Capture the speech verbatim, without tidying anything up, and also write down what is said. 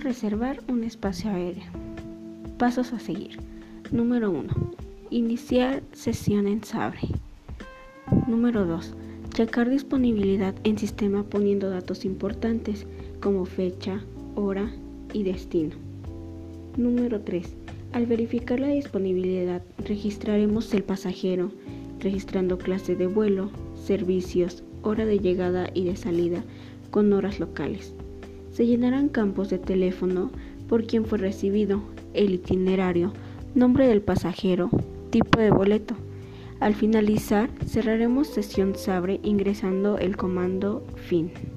reservar un espacio aéreo. Pasos a seguir. Número uno. Iniciar sesión en Sabre. Número dos. Checar disponibilidad en sistema poniendo datos importantes como fecha, hora y destino. Número tres. Al verificar la disponibilidad, registraremos el pasajero, registrando clase de vuelo, servicios, hora de llegada y de salida con horas locales. Se llenarán campos de teléfono por quien fue recibido, el itinerario, nombre del pasajero, tipo de boleto. Al finalizar, cerraremos sesión Sabre ingresando el comando fin.